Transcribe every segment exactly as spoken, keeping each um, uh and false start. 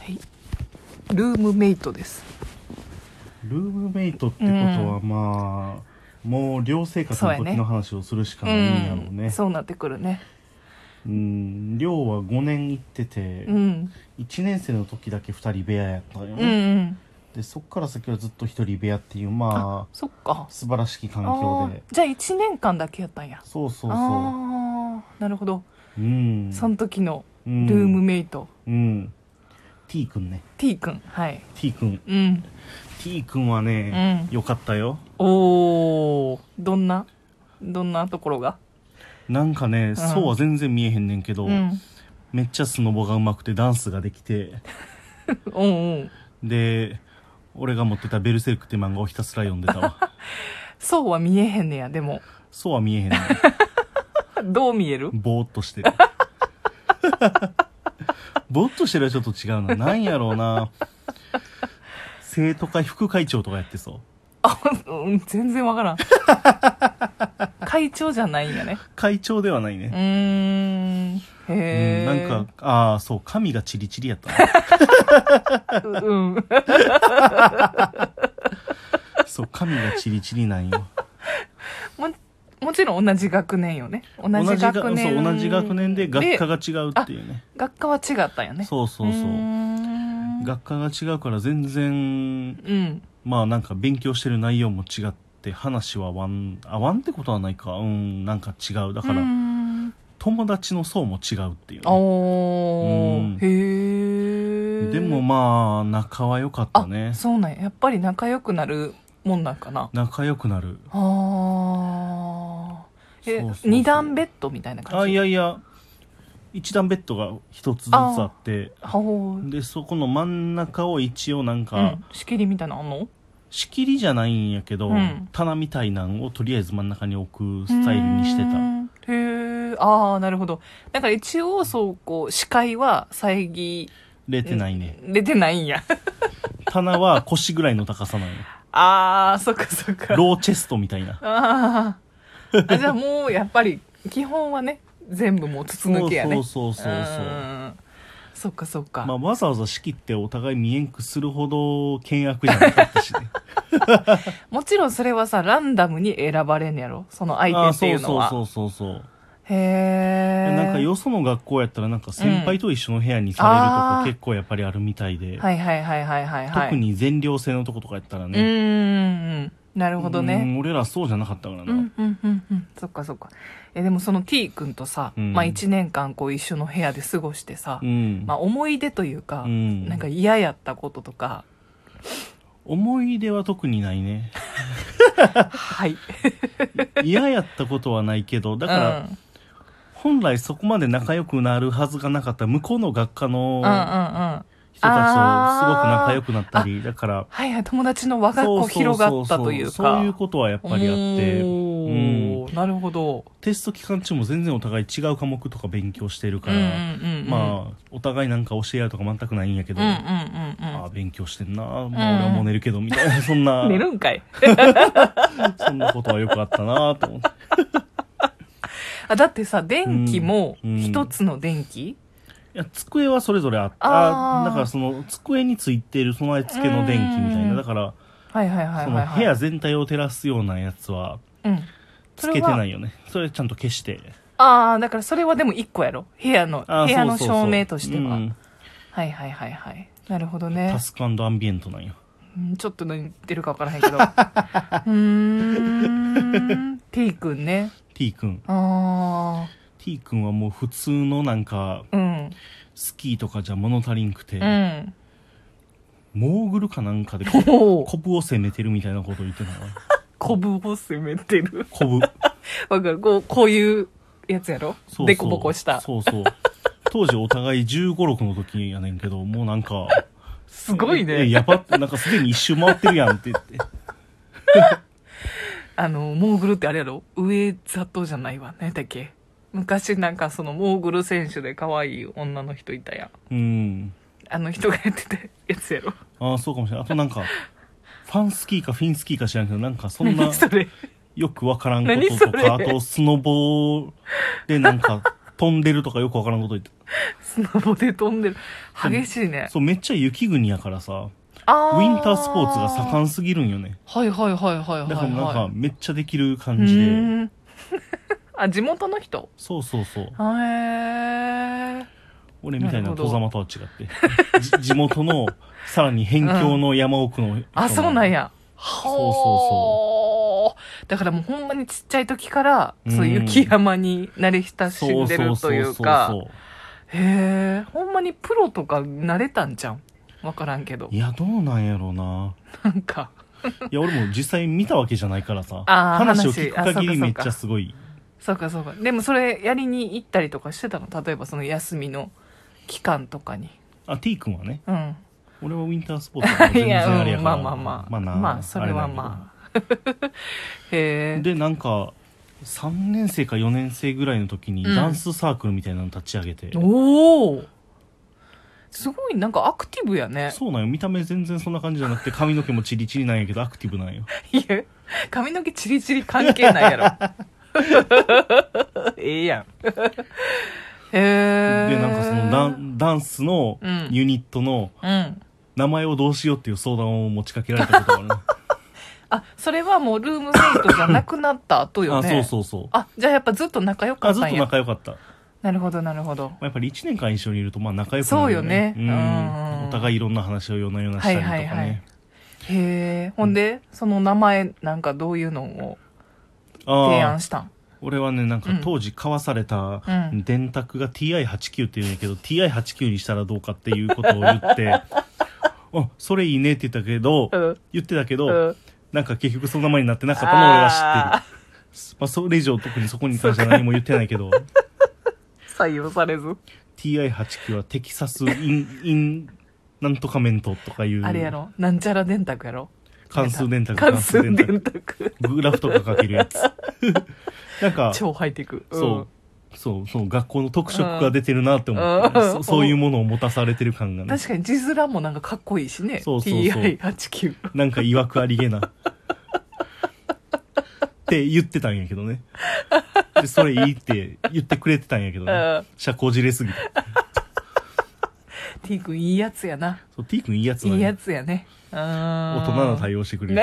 はいルームメイトです。 ルームメイトってことは、うん、まあもう寮生活の時の話をするしかないんやろうね。 そう、ねうん、そうなってくるね。 うん寮はごねん行ってて、うん、いちねん生の時だけふたり部屋やったよね、うんうん、でそっから先はずっとひとり部屋っていうまあそっか素晴らしき環境で。 じゃあいちねんかんだけやったんや。 そうそうそう。 あなるほど、 うん、 その時のルームメイト、 うん、うん、T 君ね。 T 君はい T 君、 うん、 T 君はね、うん、よかったよ。 おーどんなどんなところが。 なんかね、うん、そうは全然見えへんねんけど、うん、めっちゃスノボが上手くてダンスができておうおうで俺が持ってたベルセルクって漫画をひたすら読んでたわそうは見えへんねや。でもそうは見えへんねんどう見える。 ぼーっとしてるぼーっとしてるはちょっと違うな。なんやろうな生徒会副会長とかやってそう。 あ、うん、全然わからん会長じゃないんやね。 会長ではないね。 うーんへえ、うん、なんかああそう髪がチリチリやったなうんそう髪がチリチリなんよ。 ももちろん同じ学年よね。同じ学年そう同じ学年で学科が違うっていうね。 学科は違ったよね。 そうそうそう。う学科が違うから全然、うん、まあなんか勉強してる内容も違って話は合わん合わんってことはないか。うんなんか違う。だから友達の層も違うっていうね。 おー、うん、へえ。でもまあ仲は良かったね。 あそうなんや。やっぱり仲良くなるもんなんかな。 仲良くなる。 あーえそうそうそうに段ベッドみたいな感じ。 あいやいや一段ベッドが一つずつあってでそこの真ん中を一応なんか、うん、 仕切りみたいなのあんの。 仕切りじゃないんやけど、うん、棚みたいなんをとりあえず真ん中に置くスタイルにしてた。 へえ。ああなるほど。だから一応そうこう視界は遮れてないね。 れてないんや棚は腰ぐらいの高さなんやあーそっかそっか。 ローチェストみたいな。 ああじゃあもうやっぱり基本はね全部もう筒抜けやね。 そうそうそうそうそう。 そっかそっか。 まあわざわざ仕切ってお互い見えんくするほど険悪じゃなかったしねもちろんそれはさランダムに選ばれんやろその相手っていうのは。 そうそうそうそうそう。 へえ。 なんかよその学校やったらなんか先輩と一緒の部屋にされるとこ結構やっぱりあるみたいで、 うん、はいはいはいはいはい、はい、 特に全寮制のとことかやったらね。 うーんなるほどね。 うん俺らそうじゃなかったからな。 うんうんうんうんそっかそっか。えでもその T 君とさ、うん、まあいちねんかんこう一緒の部屋で過ごしてさ、うん、まあ思い出というか、うん、なんか嫌やったこととか。 思い出は特にないねはい嫌やったことはないけどだから、うん、本来そこまで仲良くなるはずがなかった向こうの学科の人たちとすごく仲良くなったりだからはいはい友達の輪がこう広がったというかそういうことはやっぱりあって、うん、 なるほど。 テスト期間中も全然お互い違う科目とか勉強してるから、うんうんうんうん、まあお互いなんか教え合うとか全くないんやけど、うんうんうんうん、ああ勉強してんな、まあ、俺はもう寝るけどみたいなそんな寝るんかいそんなことはよくあったなと思ってあだってさ電気も一つの電気、うんうん、いや机はそれぞれあっただからその机についている備え付けの電気みたいなだから部屋全体を照らすようなやつはつけてないよね。それちゃんと消して。ああだからそれはでもいっこやろ部屋の部屋の照明としては。そうそうそう、うん、はいはいはいはいなるほどね。 タスクアンビエントなんよ。 んちょっと何言ってるか分からへんけどうーん T 君ね。 T 君あ T 君はもう普通のなんか、うん、スキーとかじゃ物足りんくて、うん、モーグルかなんかでコブを攻めてるみたいなことを言ってたのコブを攻めてるコブわかるこうこういうやつやろ。そうそうデコボコしたそうそう当時お互いじゅうご、ろくの時やねんけどもうなんかすごいねえやばってなんかすでに一周回ってるやんって言ってあのモーグルってあれやろ上里じゃないわねだっけ昔なんかそのモーグル選手で可愛い女の人いたやん。うんあの人がやってたやつやろ。 ああそうかもしれない。あとなんかファンスキーかフィンスキーか知らんけどなんかそんなよくわからんこととかあとスノボでなんか飛んでるとかよくわからんこと言ってスノボで飛んでる激しいね。 そうめっちゃ雪国やからさ、 あウィンタースポーツが盛んすぎるんよね。 はいはいはいはいはい、はい、 だからなんかめっちゃできる感じで。 あ、地元の人。 そうそうそう。 へえ。 俺みたいな戸様とは違って地元のさらに辺境の山奥の、うん、 あ、そうなんや。 そうそうそう。 だからもうほんまにちっちゃい時から、うん、そう雪山に慣れ親しんでるというか、へえ、ほんまにプロとか慣れたんじゃん。わからんけど。 いや、どうなんやろうな。 なんかいや、俺も実際見たわけじゃないからさ、 話を聞く限りめっちゃすごい。 そうかそうか。でもそれやりに行ったりとかしてたの？例えばその休みの期間とかに。 あ、T 君はね。 うん。 俺はウィンタースポーツは全然あれやから。 まあまあまあ。まあな。まあ、それはまあ。へえ。 で、なんか、さんねん生かよねん生ぐらいの時にダンスサークルみたいなの立ち上げて。 うん、おおすごいなんかアクティブやね。 そうなんよ。見た目全然そんな感じじゃなくて、髪の毛もチリチリなんやけど、アクティブなんよ。 いや、髪の毛チリチリ関係ないやろ。ええやん。へでなんかそのダン、ダンスのユニットの名前をどうしようっていう相談を持ちかけられたことがある、ね、 あ、それはもうルームメイトじゃなくなった後よね。 あ、そうそうそう。 あ、じゃあやっぱずっと仲良かったんや。 あ、ずっと仲良かった。 なるほどなるほど。 やっぱりいちねんかん一緒にいるとまあ仲良くなるよね。 そうよね。 うん。お互いいろんな話を夜な夜なしたりとかね。はいはいはい、へえ。ほんで、うん、その名前なんかどういうのを提案したん？ 俺はね、なんか当時買わされた電卓が ティーアイはちじゅうきゅう って言うんやけど、うん、ティーアイはちじゅうきゅう にしたらどうかっていうことを言ってあ、それいいねって言ったけど、うん、言ってたけど、うん、なんか結局その名前になってなかったのを俺は知ってる。まあそれ以上特にそこに関しては何も言ってないけど採用されずティーアイはちじゅうきゅう はテキサスインインなんとかメントとかいうあれやろ、なんちゃら電卓やろ、 関数電卓、 関数電卓グラフとか書けるやつなんか超ハイテク、 うん、そうそうそう学校の特色が出てるなって思って、うん、そ, そういうものを持たされてる感がね。 確かに字面もなんかかっこいいしね。 そうそうそうティーアイはちじゅうきゅうなんか曰くありげなって言ってたんやけどね。でそれいいって言ってくれてたんやけどね、社交辞令すぎて T 君いいやつやな。 そう T 君いいやつだね。 いいやつやね。 大人の対応してくれる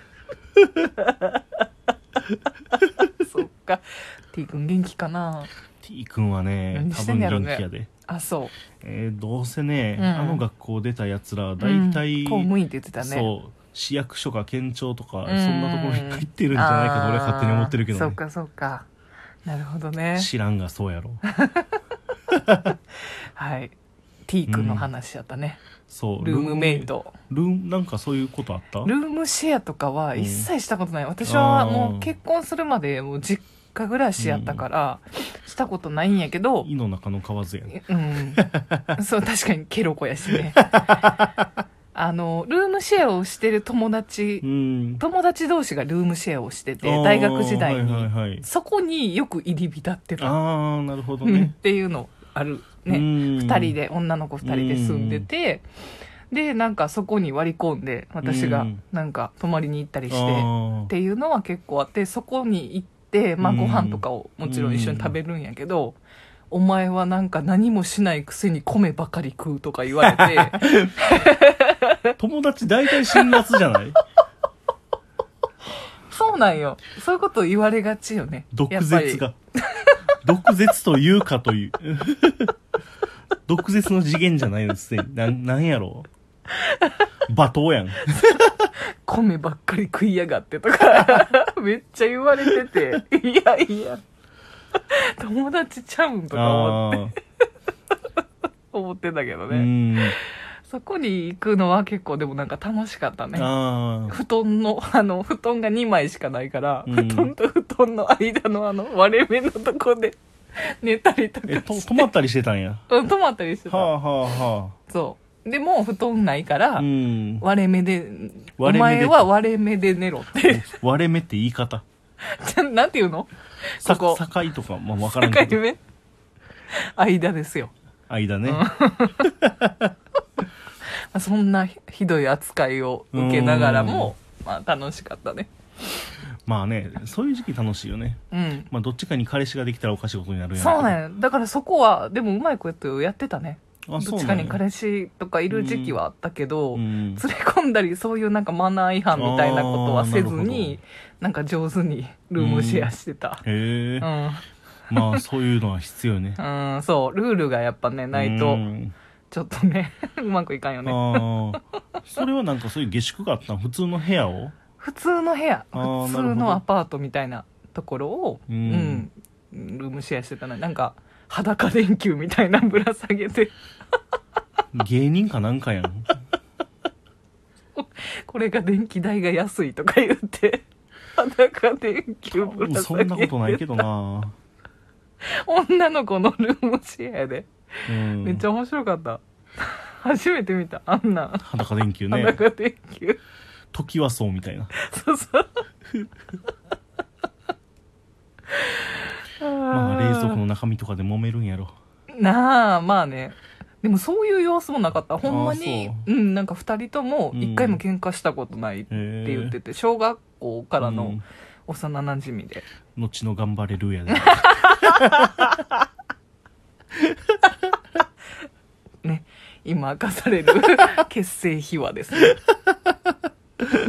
そっか。 T 君元気かな。 T 君はね多分元気やで。 あ、そう。 えー、どうせね、うん、あの学校出たやつら大体、 うん、公務員って言ってたね。 そう市役所か県庁とか、うん、そんなところに入ってるんじゃないかと俺は勝手に思ってるけどね。 そうかそうか。なるほどね。 知らんがそうやろはい。 T 君の話やったね、 うん、そうルームメイト。 ルームなんかそういうことあった？ ルームシェアとかは一切したことない、うん、私はもう結婚するまでもう実家暮らしやったから、うん、したことないんやけど、 胃の中の蛙やね。 うんそう確かにケロコやしねあのルームシェアをしてる友達、うん、友達同士がルームシェアをしてて、大学時代に、はいはいはい、そこによく入り浸ってた。 ああなるほどね、 っていうのあるね。ふたりで女の子ふたりで住んでて、でなんかそこに割り込んで私がなんか泊まりに行ったりしてっていうのは結構あって、そこに行って、まあ、ご飯とかをもちろん一緒に食べるんやけど、お前はなんか何もしないくせに米ばかり食うとか言われて友達大体辛辣じゃないそうなんよ。そういうこと言われがちよね。 毒舌が毒舌というかという毒舌の次元じゃないですね。な、なんやろう罵倒やん米ばっかり食いやがってとかめっちゃ言われてて、いやいや友達ちゃうんとか思って思ってたけどね。そこに行くのは結構でもなんか楽しかったね。布団のあの布団がにまいしかないから、うん、布団と布団の間のあの割れ目のとこで寝たりとかして。えと泊まったりしてたんや。 うん泊まったりしてた。 はあはあはあ。 そうでも布団ないから、うん、割れ目でお前は割れ目で寝ろって割れ目って言い方なんていうの？ さここ境とかも分からんけど。 境目間ですよ。 間ね。 そんなひどい扱いを受けながらも、まあ、楽しかったね。 まあね、そういう時期楽しいよね。 うん。 まあどっちかに彼氏ができたらおかしいことになるやん。 そうね。だからそこは、でもうまいことやってたね。 あ、 どっちかに彼氏とかいる時期はあったけど、 うん、 連れ込んだりそういうなんかマナー違反みたいなことはせずに、な, なんか上手にルームシェアしてた。 うん、へえ。うん。まあそういうのは必要ね。 うん、そう。ルールがやっぱね、ないと、ちょっとね、うまくいかんよね。 ああ。それはなんかそういう下宿があったの？普通の部屋を？ 普通の部屋。普通のアパートみたいなところを、うん、うん、ルームシェアしてたのに、なんか裸電球みたいなぶら下げて。 芸人かなんかやん。 これが電気代が安いとか言って、裸電球ぶら下げてた。 そんなことないけどな。 女の子のルームシェアやで、 うん、 めっちゃ面白かった。初めて見た、あんな裸電球ね。 裸電球。 トキワ荘みたいな。 そうそう。 まあ冷蔵庫の中身とかで揉めるんやろなあ。まあね、でもそういう様子もなかった。ほんまに、うん、なんかふたりとも一回も喧嘩したことないって言ってて、うん、小学校からの幼なじみで、 うん、後の頑張れるやでね、今明かされる結成秘話ですね。